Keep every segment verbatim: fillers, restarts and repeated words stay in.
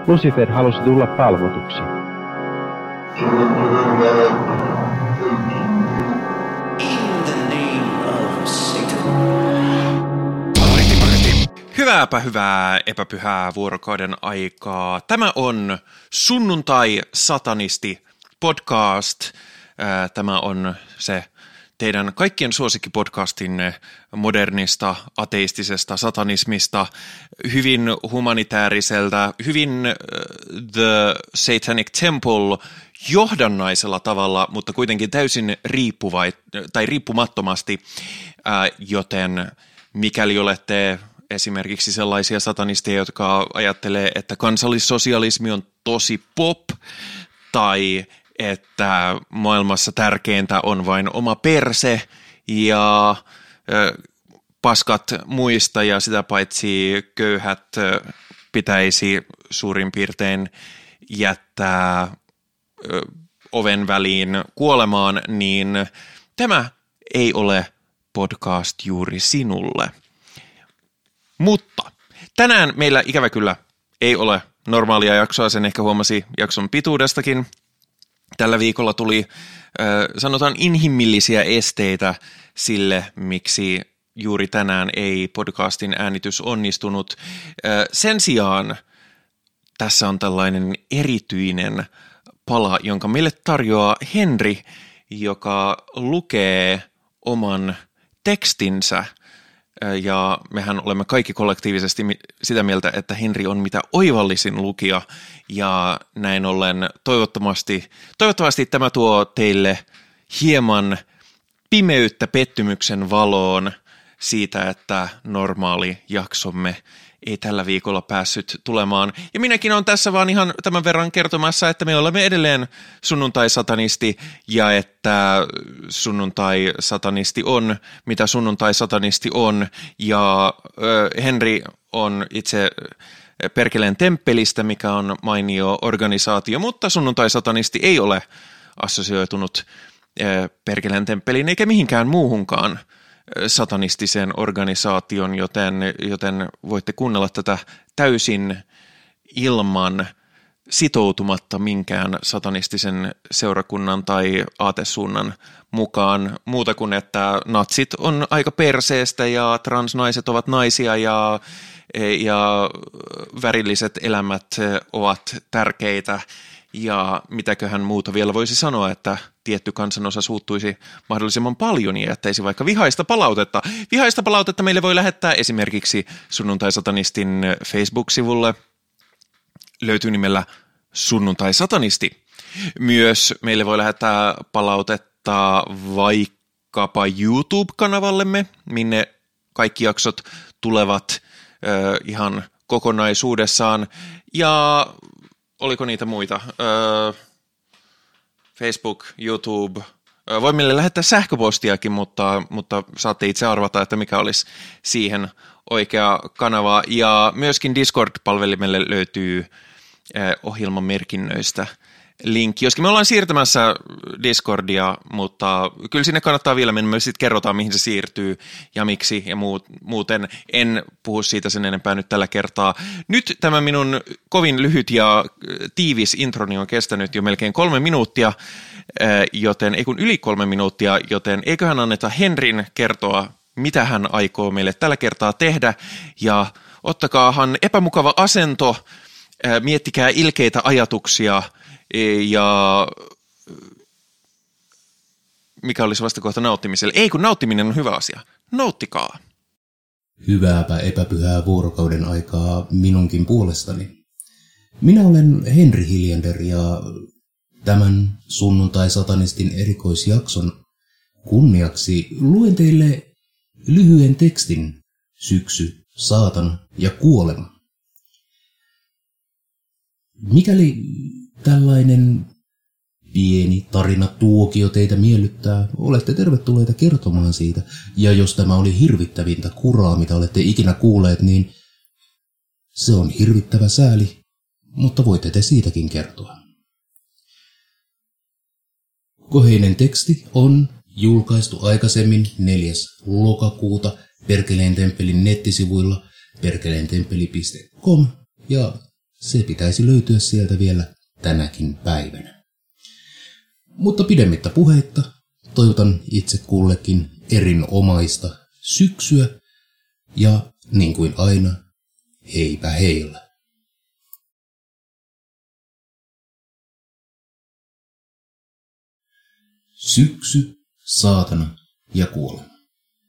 Lucifer halusi tulla palvotuksi. Hyvääpä hyvää epäpyhää vuorokauden aikaa. Tämä on Sunnuntai Satanisti podcast. Tämä on se teidän kaikkien suosikkipodcastinne modernista, ateistisesta satanismista, hyvin humanitääriseltä, hyvin The Satanic Temple johdannaisella tavalla, mutta kuitenkin täysin riippuvai- tai riippumattomasti, joten mikäli olette esimerkiksi sellaisia satanisteja, jotka ajattelee, että kansallissosialismi on tosi pop, tai että maailmassa tärkeintä on vain oma perse ja ö, paskat muista ja sitä paitsi köyhät ö, pitäisi suurin piirtein jättää ö, oven väliin kuolemaan, niin tämä ei ole podcast juuri sinulle. Mutta tänään meillä ikävä kyllä ei ole normaalia jaksoa, sen ehkä huomasi jakson pituudestakin. Tällä viikolla tuli, sanotaan, inhimillisiä esteitä sille, miksi juuri tänään ei podcastin äänitys onnistunut. Sen sijaan tässä on tällainen erityinen pala, jonka meille tarjoaa Henri, joka lukee oman tekstinsä. Ja mehän olemme kaikki kollektiivisesti sitä mieltä, että Henri on mitä oivallisin lukija, ja näin ollen toivottavasti, toivottavasti tämä tuo teille hieman pimeyttä pettymyksen valoon siitä, että normaali jaksomme ei tällä viikolla päässyt tulemaan. Ja minäkin olen tässä vaan ihan tämän verran kertomassa, että me olemme edelleen sunnuntai-satanisti ja että sunnuntai-satanisti on, mitä sunnuntai-satanisti on. Ja äh, Henri on itse Perkeleen temppelistä, mikä on mainio organisaatio, mutta sunnuntai-satanisti ei ole assosioitunut äh, Perkeleen temppeliin eikä mihinkään muuhunkaan satanistiseen organisaation, joten, joten voitte kuunnella tätä täysin ilman sitoutumatta minkään satanistisen seurakunnan tai aatesuunnan mukaan muuta kuin, että natsit on aika perseestä ja transnaiset ovat naisia ja, ja värilliset elämät ovat tärkeitä. Ja mitäköhän muuta vielä voisi sanoa, että tietty kansanosa suuttuisi mahdollisimman paljon ja jättäisi vaikka vihaista palautetta. Vihaista palautetta meille voi lähettää esimerkiksi Sunnuntai-satanistin Facebook-sivulle. Löytyy nimellä Sunnuntai-satanisti. Myös meille voi lähettää palautetta vaikkapa YouTube-kanavallemme, minne kaikki jaksot tulevat ö, ihan kokonaisuudessaan. Ja oliko niitä muita? Öö, Facebook, YouTube. Öö, voi meille lähettää sähköpostiakin, mutta, mutta saatte itse arvata, että mikä olisi siihen oikea kanava. Ja myöskin Discord-palvelimelle löytyy öö, ohjelman merkinnöistä linkki. Joskin me ollaan siirtämässä Discordia, mutta kyllä sinne kannattaa vielä mennä. Me sitten kerrotaan, mihin se siirtyy ja miksi ja muut, muuten. En puhu siitä sen enempää nyt tällä kertaa. Nyt tämä minun kovin lyhyt ja tiivis introni on kestänyt jo melkein kolme minuuttia, joten ei kun yli kolme minuuttia, joten eiköhän anneta Henrin kertoa, mitä hän aikoo meille tällä kertaa tehdä, ja ottakaahan epämukava asento, miettikää ilkeitä ajatuksia, ja mikä olisi vastakohta nauttimiselle? Ei, kun nauttiminen on hyvä asia. Nauttikaa. Hyvääpä epäpyhää vuorokauden aikaa minunkin puolestani. Minä olen Henri Hiljander ja tämän sunnuntai-satanistin erikoisjakson kunniaksi luen teille lyhyen tekstin Syksy, saatana ja kuolema. Mikäli tällainen pieni tarina tuokio teitä miellyttää, olette tervetulleita kertomaan siitä. Ja jos tämä oli hirvittävintä kuraa, mitä olette ikinä kuulleet, niin se on hirvittävä sääli, mutta voitte te siitäkin kertoa. Koheinen teksti on julkaistu aikaisemmin neljäs lokakuuta Perkeleen temppelin nettisivuilla perkeleentemppeli piste com ja se pitäisi löytyä sieltä vielä tänäkin päivänä. Mutta pidemmittä puheitta toivotan itse kullekin erinomaista syksyä ja niin kuin aina, heipä heillä. Syksy, saatana ja kuolema.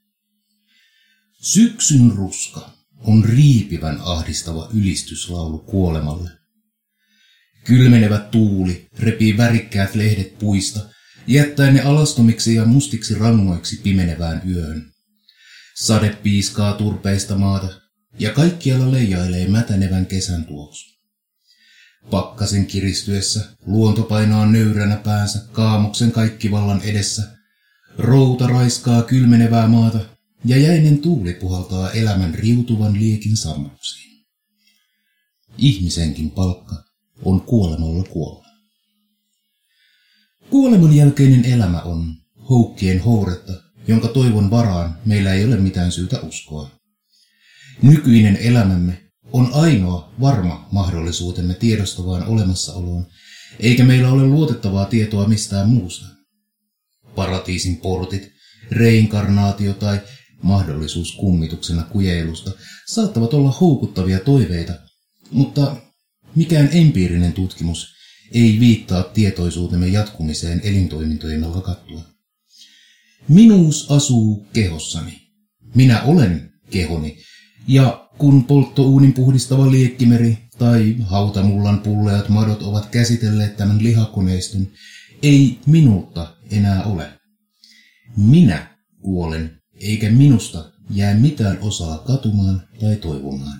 Syksyn ruska on riipivän ahdistava ylistyslaulu kuolemalle. Kylmenevä tuuli repii värikkäät lehdet puista, jättäen ne alastomiksi ja mustiksi rangoiksi pimenevään yöhön. Sade piiskaa turpeista maata, ja kaikkialla leijailee mätänevän kesän tuoksu. Pakkasen kiristyessä luonto painaa nöyränä päänsä kaamoksen kaikkivallan edessä. Routa raiskaa kylmenevää maata, ja jäinen tuuli puhaltaa elämän riutuvan liekin sammuksiin. Ihmisenkin palkka on kuolemalla kuolla. Kuoleman jälkeinen elämä on houkkien houretta, jonka toivon varaan meillä ei ole mitään syytä uskoa. Nykyinen elämämme on ainoa varma mahdollisuutemme tiedostavaan olemassaoloon, eikä meillä ole luotettavaa tietoa mistään muusta. Paratiisin portit, reinkarnaatio tai mahdollisuus kummituksena kujeilusta saattavat olla houkuttavia toiveita, mutta mikään empiirinen tutkimus ei viittaa tietoisuutemme jatkumiseen elintoimintojemme lakattua. Minuus asuu kehossani. Minä olen kehoni, ja kun polttouunin puhdistava liekkimeri tai hautamullan pulleat madot ovat käsitelleet tämän lihakoneiston, ei minulta enää ole. Minä kuolen, eikä minusta jää mitään osaa katumaan tai toivomaan.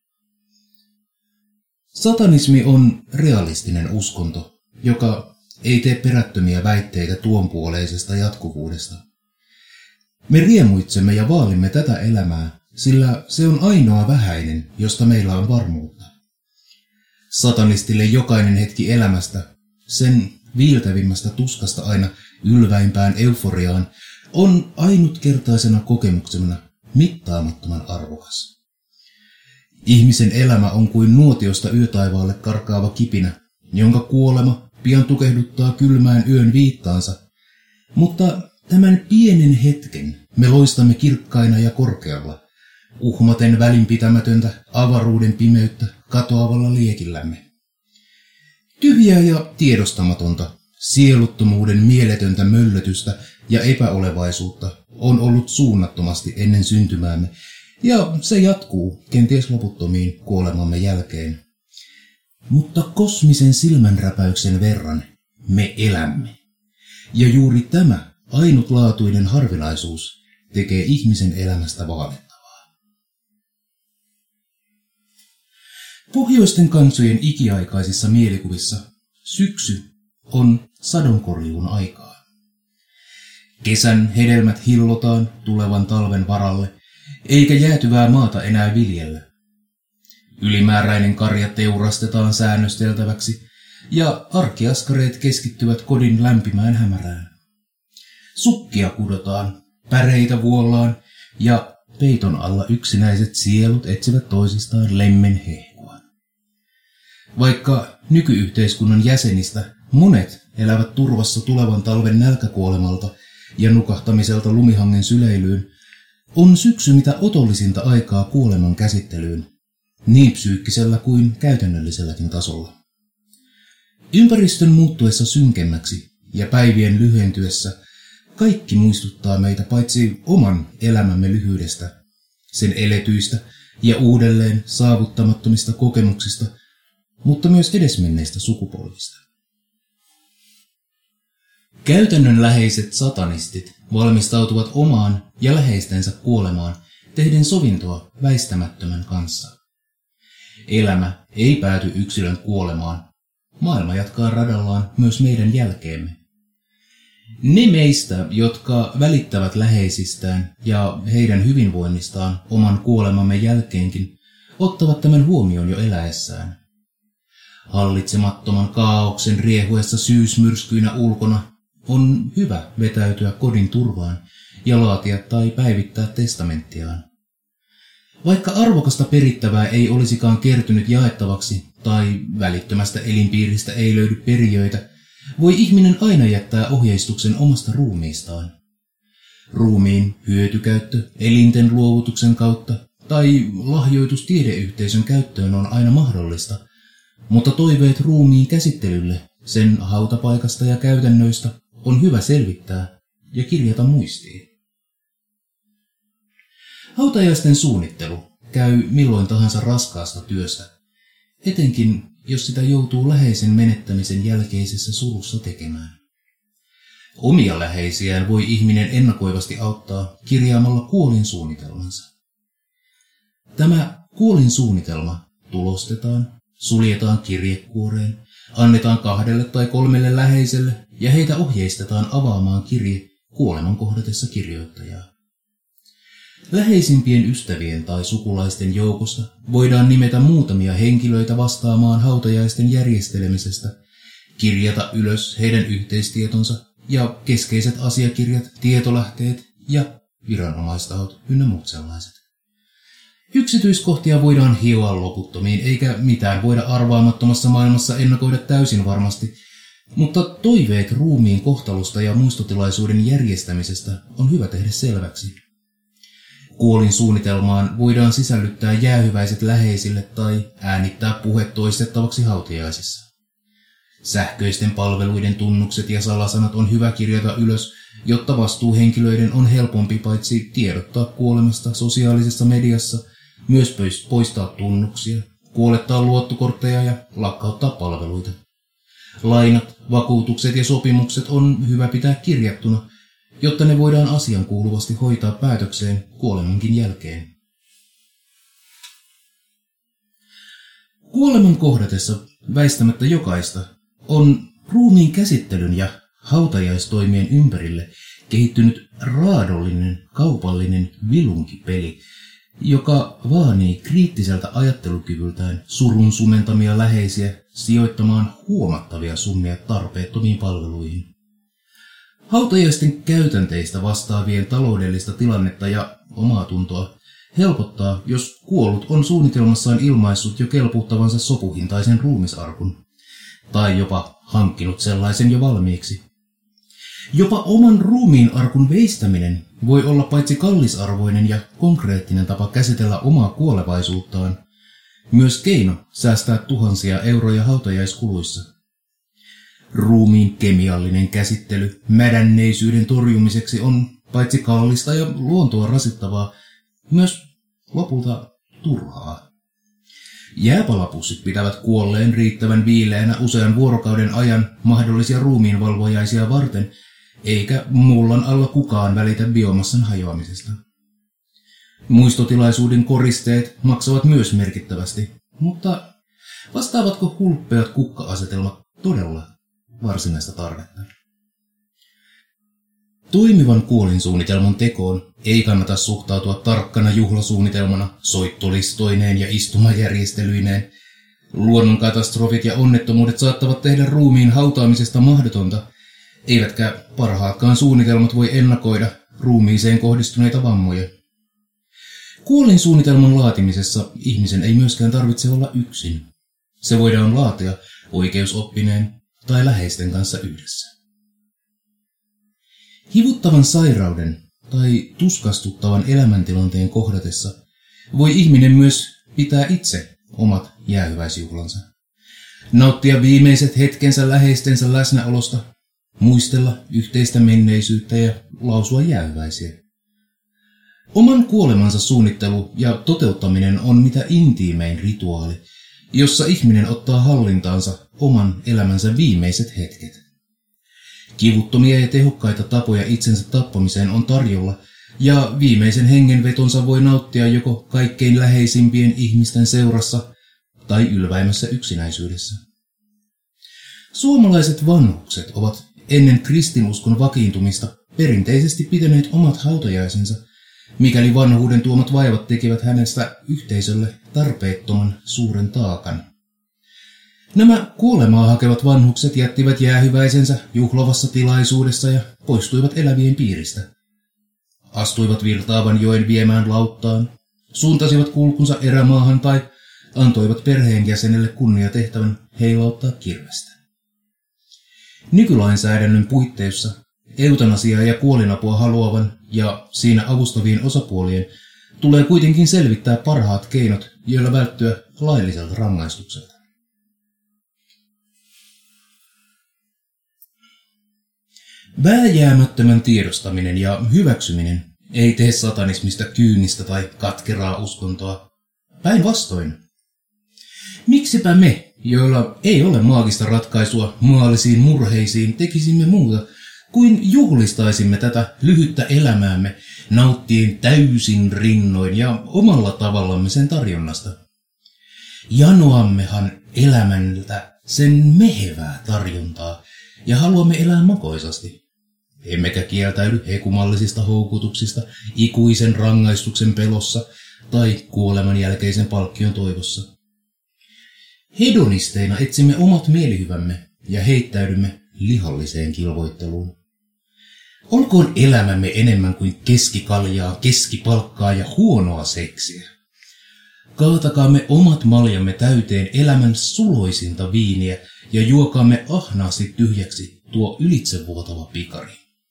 Satanismi on realistinen uskonto, joka ei tee perättömiä väitteitä tuonpuoleisesta jatkuvuudesta. Me riemuitsemme ja vaalimme tätä elämää, sillä se on ainoa vähäinen, josta meillä on varmuutta. Satanistille jokainen hetki elämästä, sen viiltävimmästä tuskasta aina ylväimpään euforiaan, on ainutkertaisena kokemuksena mittaamattoman arvokas. Ihmisen elämä on kuin nuotiosta yötaivaalle karkaava kipinä, jonka kuolema pian tukehduttaa kylmään yön viittaansa, mutta tämän pienen hetken me loistamme kirkkaina ja korkealla, uhmaten välinpitämätöntä avaruuden pimeyttä katoavalla liekillämme. Tyhjää ja tiedostamatonta, sieluttomuuden mieletöntä möllötystä ja epäolevaisuutta on ollut suunnattomasti ennen syntymäämme, ja se jatkuu kenties loputtomiin kuolemamme jälkeen. Mutta kosmisen silmänräpäyksen verran me elämme, ja juuri tämä ainutlaatuinen harvinaisuus tekee ihmisen elämästä vaalittavaa. Pohjoisten kansojen ikiaikaisissa mielikuvissa syksy on sadonkorjuun aikaa. Kesän hedelmät hillotaan tulevan talven varalle, eikä jäätyvää maata enää viljellä. Ylimääräinen karja teurastetaan säännösteltäväksi, ja arkiaskareet keskittyvät kodin lämpimään hämärään. Sukkia kudotaan, päreitä vuollaan, ja peiton alla yksinäiset sielut etsivät toisistaan lemmen hehkua. Vaikka nykyyhteiskunnan jäsenistä monet elävät turvassa tulevan talven nälkäkuolemalta ja nukahtamiselta lumihangen syleilyyn, on syksy mitä otollisinta aikaa kuoleman käsittelyyn, niin psyykkisellä kuin käytännölliselläkin tasolla. Ympäristön muuttuessa synkemmäksi ja päivien lyhentyessä kaikki muistuttaa meitä paitsi oman elämämme lyhyydestä, sen eletyistä ja uudelleen saavuttamattomista kokemuksista, mutta myös edesmenneistä sukupolvista. Käytännönläheiset satanistit valmistautuvat omaan ja läheistensä kuolemaan tehden sovintoa väistämättömän kanssa. Elämä ei pääty yksilön kuolemaan. Maailma jatkaa radallaan myös meidän jälkeemme. Ne meistä, jotka välittävät läheisistään ja heidän hyvinvoinnistaan oman kuolemamme jälkeenkin, ottavat tämän huomioon jo eläessään. Hallitsemattoman kaaoksen riehuessa syysmyrskyinä ulkona on hyvä vetäytyä kodin turvaan ja laatia tai päivittää testamenttiaan. Vaikka arvokasta perittävää ei olisikaan kertynyt jaettavaksi tai välittömästä elinpiiristä ei löydy perijöitä, voi ihminen aina jättää ohjeistuksen omasta ruumiistaan. Ruumiin hyötykäyttö elinten luovutuksen kautta tai lahjoitus tiedeyhteisön käyttöön on aina mahdollista, mutta toiveet ruumiin käsittelylle, sen hautapaikasta ja käytännöistä on hyvä selvittää ja kirjata muistiin. Hautajaisten suunnittelu käy milloin tahansa raskaasta työstä, etenkin jos sitä joutuu läheisen menettämisen jälkeisessä surussa tekemään. Omia läheisiään voi ihminen ennakoivasti auttaa kirjaamalla kuolinsuunnitelmansa. Tämä kuolinsuunnitelma tulostetaan, suljetaan kirjekuoreen, annetaan kahdelle tai kolmelle läheiselle ja heitä ohjeistetaan avaamaan kirje kuoleman kohdatessa kirjoittajaa. Läheisimpien ystävien tai sukulaisten joukosta voidaan nimetä muutamia henkilöitä vastaamaan hautajaisten järjestelemisestä, kirjata ylös heidän yhteistietonsa ja keskeiset asiakirjat, tietolähteet ja viranomaistahot ynnä muut sellaiset. Yksityiskohtia voidaan hioa loputtomiin, eikä mitään voida arvaamattomassa maailmassa ennakoida täysin varmasti, mutta toiveet ruumiin kohtalosta ja muistotilaisuuden järjestämisestä on hyvä tehdä selväksi. Kuolinsuunnitelmaan voidaan sisällyttää jäähyväiset läheisille tai äänittää puhe toistettavaksi hautajaisissa. Sähköisten palveluiden tunnukset ja salasanat on hyvä kirjata ylös, jotta vastuuhenkilöiden on helpompi paitsi tiedottaa kuolemasta sosiaalisessa mediassa, myös poistaa tunnuksia, kuolettaa luottokortteja ja lakkauttaa palveluita. Lainat, vakuutukset ja sopimukset on hyvä pitää kirjattuna, jotta ne voidaan asiankuuluvasti hoitaa päätökseen kuolemankin jälkeen. Kuoleman kohdatessa väistämättä jokaista on ruumiin käsittelyn ja hautajaistoimien ympärille kehittynyt raadollinen kaupallinen vilunkipeli, joka vaanii kriittiseltä ajattelukyvyltään surun sumentamia läheisiä sijoittamaan huomattavia summia tarpeettomiin palveluihin. Hautajaisten käytänteistä vastaavien taloudellista tilannetta ja omaa tuntoa helpottaa, jos kuollut on suunnitelmassaan ilmaissut jo kelpuuttavansa sopuhintaisen ruumisarkun, tai jopa hankkinut sellaisen jo valmiiksi. Jopa oman ruumiin arkun veistäminen voi olla paitsi kallisarvoinen ja konkreettinen tapa käsitellä omaa kuolevaisuuttaan, myös keino säästää tuhansia euroja hautajaiskuluissa. Ruumiin kemiallinen käsittely mädänneisyyden torjumiseksi on paitsi kallista ja luontoa rasittavaa, myös lopulta turhaa. Jääpalapussit pitävät kuolleen riittävän viileänä usean vuorokauden ajan mahdollisia ruumiinvalvojaisia varten, eikä mullan alla kukaan välitä biomassan hajoamisesta. Muistotilaisuuden koristeet maksavat myös merkittävästi, mutta vastaavatko hulppeat kukka-asetelmat todella varsinaista tarvetta? Toimivan kuolinsuunnitelman tekoon ei kannata suhtautua tarkkana juhlasuunnitelmana, soittolistoineen ja istumajärjestelyineen. Luonnonkatastrofit ja onnettomuudet saattavat tehdä ruumiin hautaamisesta mahdotonta, eivätkä parhaatkaan suunnitelmat voi ennakoida ruumiiseen kohdistuneita vammoja. Kuolinsuunnitelman laatimisessa ihmisen ei myöskään tarvitse olla yksin. Se voidaan laatia oikeusoppineen tai läheisten kanssa yhdessä. Hivuttavan sairauden tai tuskastuttavan elämäntilanteen kohdatessa voi ihminen myös pitää itse omat jäähyväisjuhlansa. Nauttia viimeiset hetkensä läheistensä läsnäolosta, muistella yhteistä menneisyyttä ja lausua jäähyväisiä. Oman kuolemansa suunnittelu ja toteuttaminen on mitä intiimein rituaali, jossa ihminen ottaa hallintaansa oman elämänsä viimeiset hetket. Kivuttomia ja tehokkaita tapoja itsensä tappamiseen on tarjolla, ja viimeisen hengenvetonsa voi nauttia joko kaikkein läheisimpien ihmisten seurassa tai ylväimmässä yksinäisyydessä. Suomalaiset vanhukset ovat ennen kristinuskon vakiintumista perinteisesti pitäneet omat hautajaisensa, mikäli vanhuuden tuomat vaivat tekivät hänestä yhteisölle tarpeettoman suuren taakan. Nämä kuolemaa hakevat vanhukset jättivät jäähyväisensä juhlavassa tilaisuudessa ja poistuivat elävien piiristä. Astuivat virtaavan joen viemään lauttaan, suuntasivat kulkunsa erämaahan tai antoivat perheenjäsenelle kunniatehtävän heilauttaa kirvestä. Nykylainsäädännön puitteissa eutanasiaa ja kuolinapua haluavan ja siinä avustavien osapuolien tulee kuitenkin selvittää parhaat keinot, joilla välttyä lailliselta rangaistukselta. Vääjäämättömän tiedostaminen ja hyväksyminen ei tee satanismista kyynistä tai katkeraa uskontoa. Päinvastoin. Miksipä me, joilla ei ole maagista ratkaisua maallisiin murheisiin, tekisimme muuta kuin juhlistaisimme tätä lyhyttä elämäämme nauttien täysin rinnoin ja omalla tavallamme sen tarjonnasta. Janoammehan elämältä sen mehevää tarjontaa ja haluamme elää makoisasti. Emmekä kieltäydy hekumallisista houkutuksista ikuisen rangaistuksen pelossa tai kuoleman jälkeisen palkkion toivossa. Hedonisteina etsimme omat mielihyvämme ja heittäydymme lihalliseen kilvoitteluun. Olkoon elämämme enemmän kuin keskikaljaa, keskipalkkaa ja huonoa seksiä. Kaatakaamme omat maljamme täyteen elämän suloisinta viiniä ja juokaamme ahnaasti tyhjäksi tuo ylitsevuotava pikari.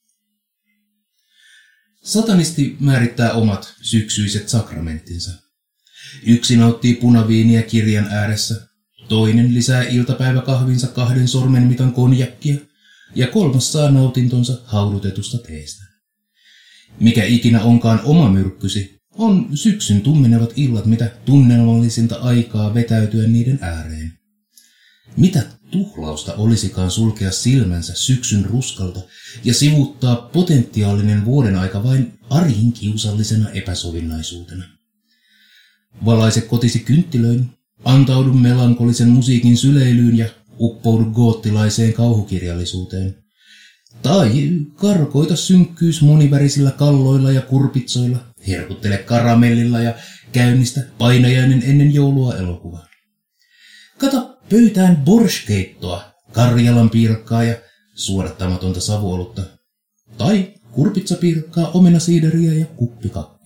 Satanisti määrittää omat syksyiset sakramenttinsa. Yksi nauttii punaviiniä kirjan ääressä, toinen lisää iltapäiväkahvinsa kahden sormen mitan konjakkia ja kolmas saa nautintonsa haudutetusta teestä. Mikä ikinä onkaan oma myrkkysi, on syksyn tummenevat illat mitä tunnelmallisinta aikaa vetäytyä niiden ääreen. Mitä tuhlausta olisikaan sulkea silmänsä syksyn ruskalta ja sivuuttaa potentiaalinen vuoden aika vain arjen kiusallisena epäsovinnaisuutena. Valaise kotisi kynttilöin, antaudu melankolisen musiikin syleilyyn ja uppoudu goottilaiseen kauhukirjallisuuteen. Tai karkoita synkkyys monivärisillä kalloilla ja kurpitsoilla, herkuttele karamellilla ja käynnistä painajainen ennen joulua elokuva. Kata pöytään borskeittoa, Karjalan piirakkaa ja suodattamatonta savuolutta. Tai kurpitsapiirakkaa, omenasiideriä ja kuppikakkuja.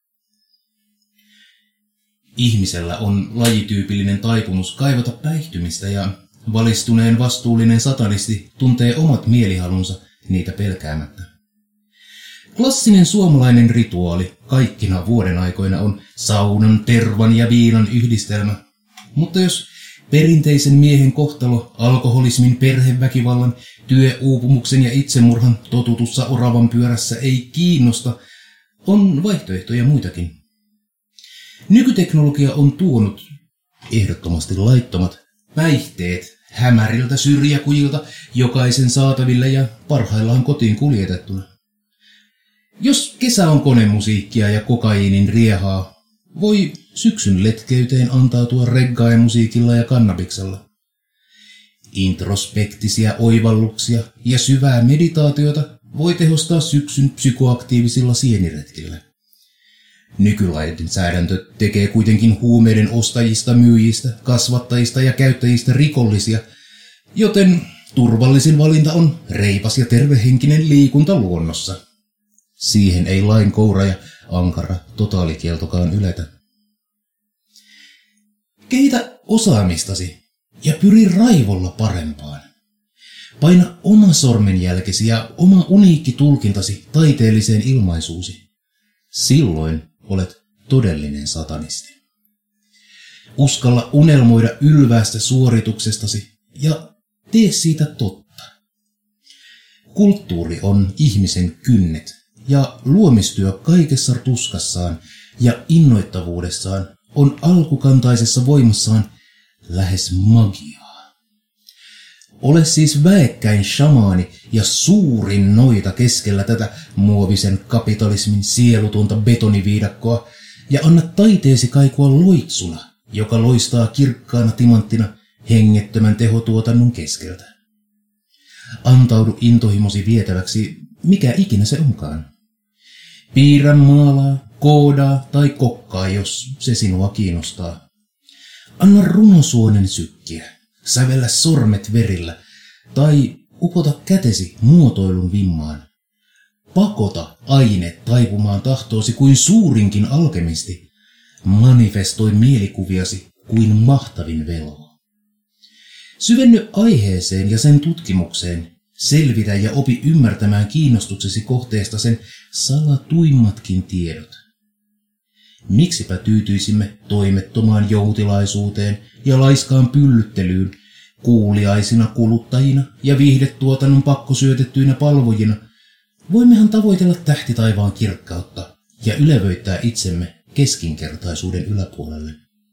Ihmisellä on lajityypillinen taipumus kaivata päihtymistä ja valistuneen vastuullinen satanisti tuntee omat mielihalunsa niitä pelkäämättä. Klassinen suomalainen rituaali kaikkina vuoden aikoina on saunan, tervan ja viinan yhdistelmä, mutta jos perinteisen miehen kohtalo alkoholismin, perheväkivallan, työuupumuksen ja itsemurhan totutussa oravan pyörässä ei kiinnosta, on vaihtoehtoja muitakin. Nykyteknologia on tuonut ehdottomasti laittomat päihteet hämäriltä syrjäkujilta jokaisen saataville ja parhaillaan kotiin kuljetettuna. Jos kesä on konemusiikkia ja kokaiinin riehaa, voi syksyn letkeyteen antautua reggae-musiikilla ja kannabiksella. Introspektisia oivalluksia ja syvää meditaatiota voi tehostaa syksyn psykoaktiivisilla sieniretkillä. Nykylainsäädäntö tekee kuitenkin huumeiden ostajista, myyjistä, kasvattajista ja käyttäjistä rikollisia, joten turvallisin valinta on reipas ja tervehenkinen liikunta luonnossa. Siihen ei lain koura ja ankara totaalikieltokaan yletä. Kehitä osaamistasi ja pyri raivolla parempaan. Paina oma sormenjälkesi ja oma uniikki tulkintasi taiteelliseen ilmaisuusi. Silloin olet todellinen satanisti. Uskalla unelmoida ylväästä suorituksestasi ja tee siitä totta. Kulttuuri on ihmisen kynnet ja luomistyö kaikessa tuskassaan ja innoittavuudessaan on alkukantaisessa voimassaan lähes magiaa. Ole siis väekkäin shamaani ja suurin noita keskellä tätä muovisen kapitalismin sielutonta betoniviidakkoa ja anna taiteesi kaikua loitsuna, joka loistaa kirkkaana timanttina hengettömän tehotuotannon keskeltä. Antaudu intohimosi vietäväksi, mikä ikinä se onkaan. Piirrä, maalaa, koodaa tai kokkaa, jos se sinua kiinnostaa. Anna runosuonen sykkiä, sävellä sormet verillä tai upota kätesi muotoilun vimmaan. Pakota aine taipumaan tahtoosi kuin suurinkin alkemisti. Manifestoi mielikuviasi kuin mahtavin velo. Syvenny aiheeseen ja sen tutkimukseen. Selvitä ja opi ymmärtämään kiinnostuksesi kohteesta sen salatuimmatkin tiedot. Miksipä tyytyisimme toimettomaan joutilaisuuteen ja laiskaan pyllyttelyyn, kuuliaisina kuluttajina ja viihdetuotannon pakkosyötettyinä palvojina? Voimmehan tavoitella tähtitaivaan kirkkautta ja ylevöittää itsemme keskinkertaisuuden yläpuolelle.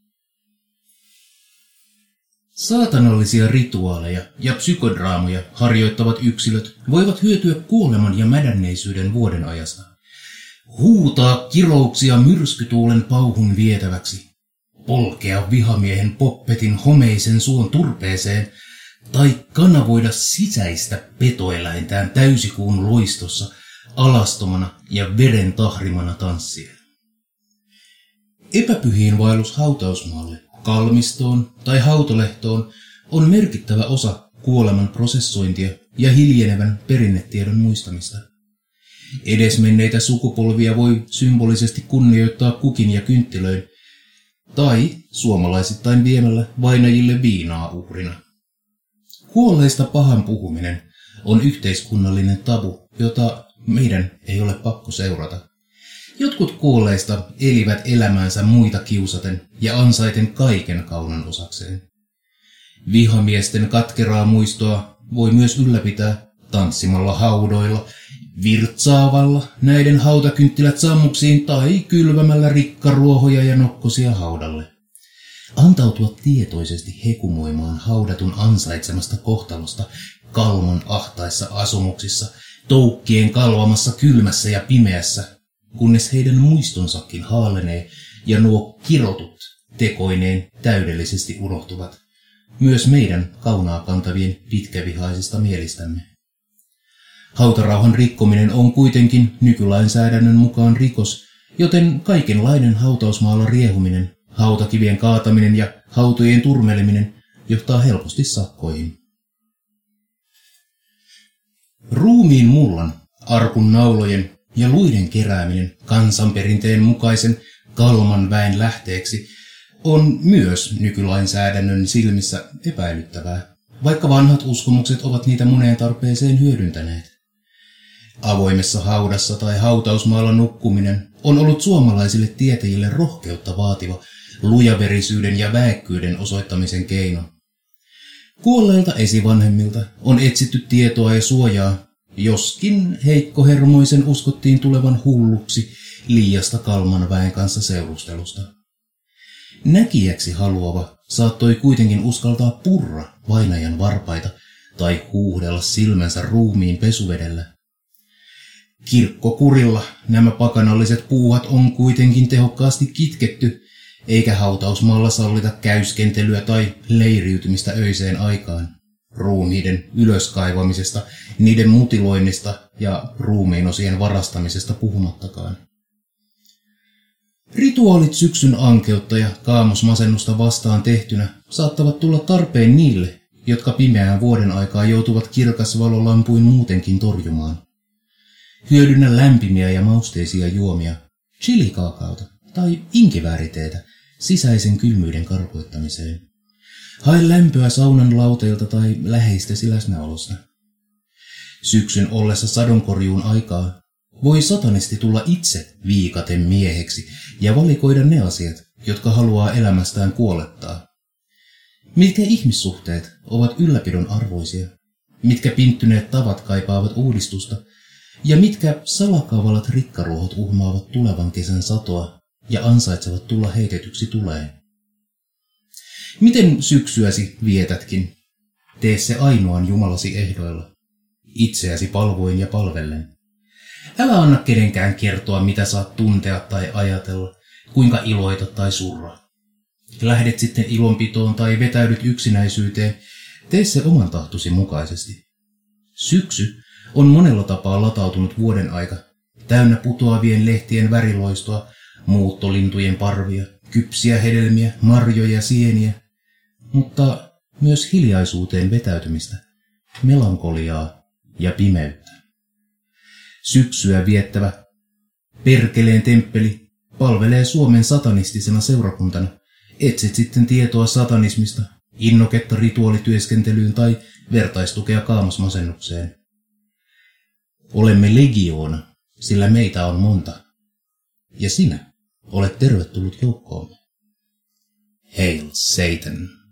Saatanallisia rituaaleja ja psykodraamoja harjoittavat yksilöt voivat hyötyä kuoleman ja mädänneisyyden vuodenajasta. Huutaa kirouksia myrskytuulen pauhun vietäväksi. Polkea vihamiehen poppetin homeisen suon turpeeseen tai kanavoida sisäistä petoeläintään täysikuun loistossa alastomana ja veren tahrimana tanssien. Epäpyhiin vaellus hautausmaalle, kalmistoon tai hautolehtoon on merkittävä osa kuoleman prosessointia ja hiljenevän perinnetiedon muistamista. Edesmenneitä sukupolvia voi symbolisesti kunnioittaa kukin ja kynttilöin, tai suomalaisittain viemällä vainajille viinaa uhrina. Kuolleista pahan puhuminen on yhteiskunnallinen tabu, jota meidän ei ole pakko seurata. Jotkut kuolleista elivät elämäänsä muita kiusaten ja ansaiten kaiken kaunan osakseen. Vihamiesten katkeraa muistoa voi myös ylläpitää tanssimalla haudoilla, virtsaavalla näiden hautakynttilät sammuksiin tai kylvämällä rikkaruohoja ja nokkosia haudalle. Antautua tietoisesti hekumoimaan haudatun ansaitsemasta kohtalosta kalman ahtaissa asumuksissa, toukkien kalvamassa kylmässä ja pimeässä, kunnes heidän muistonsakin haalenee ja nuo kirotut tekoineen täydellisesti unohtuvat, myös meidän kaunaa kantavien pitkävihaisista mielistämme. Hautarauhan rikkominen on kuitenkin nykylainsäädännön mukaan rikos, joten kaikenlainen hautausmaalla riehuminen, hautakivien kaataminen ja hautojen turmeleminen johtaa helposti sakkoihin. Ruumiin mullan, arkun naulojen ja luiden kerääminen kansanperinteen mukaisen kalman väen lähteeksi on myös nykylainsäädännön silmissä epäilyttävää, vaikka vanhat uskomukset ovat niitä moneen tarpeeseen hyödyntäneet. Avoimessa haudassa tai hautausmaalla nukkuminen on ollut suomalaisille tietäjille rohkeutta vaativa lujaverisyyden ja väekkyyden osoittamisen keino. Kuolleilta esivanhemmilta on etsitty tietoa ja suojaa, joskin heikkohermoisen uskottiin tulevan hulluksi liiasta kalman väen kanssa seurustelusta. Näkijäksi haluava saattoi kuitenkin uskaltaa purra vainajan varpaita tai huuhdella silmänsä ruumiin pesuvedellä. Kirkkokurilla nämä pakanalliset puuhat on kuitenkin tehokkaasti kitketty, eikä hautausmaalla sallita käyskentelyä tai leiriytymistä öiseen aikaan, ruumiiden ylöskaivamisesta, niiden mutiloinnista ja ruumiinosien varastamisesta puhumattakaan. Rituaalit syksyn ankeutta ja kaamosmasennusta vastaan tehtynä saattavat tulla tarpeen niille, jotka pimeään vuoden aikaa joutuvat kirkasvalolampuin muutenkin torjumaan. Hyödynnä lämpimiä ja mausteisia juomia, chilikaakaota tai inkivääriteetä sisäisen kylmyyden karkoittamiseen. Hae lämpöä saunan lauteilta tai läheistesi läsnäolosta. Syksyn ollessa sadonkorjuun aikaa voi satanisti tulla itse viikaten mieheksi ja valikoida ne asiat, jotka haluaa elämästään kuolettaa. Mitkä ihmissuhteet ovat ylläpidon arvoisia, mitkä pinttyneet tavat kaipaavat uudistusta, ja mitkä salakavalat rikkaruohot uhmaavat tulevan kesän satoa ja ansaitsevat tulla heitetyksi tuleen. Miten syksyäsi vietätkin? Tee se ainoan Jumalasi ehdoilla, itseäsi palvoin ja palvellen. Älä anna kenenkään kertoa, mitä saat tuntea tai ajatella, kuinka iloita tai surra. Lähdet sitten ilonpitoon tai vetäydyt yksinäisyyteen, tee se oman tahtosi mukaisesti. Syksy on monella tapaa latautunut vuoden aika, täynnä putoavien lehtien väriloistoa, muuttolintujen parvia, kypsiä hedelmiä, marjoja, sieniä, mutta myös hiljaisuuteen vetäytymistä, melankoliaa ja pimeyttä. Syksyä viettävä perkeleen temppeli palvelee Suomen satanistisena seurakuntana. Etsit sitten tietoa satanismista, innoketta rituaalityöskentelyyn tai vertaistukea kaamasmasennukseen. Olemme legioona, sillä meitä on monta. Ja sinä olet tervetullut joukkoomme. Hail Satan!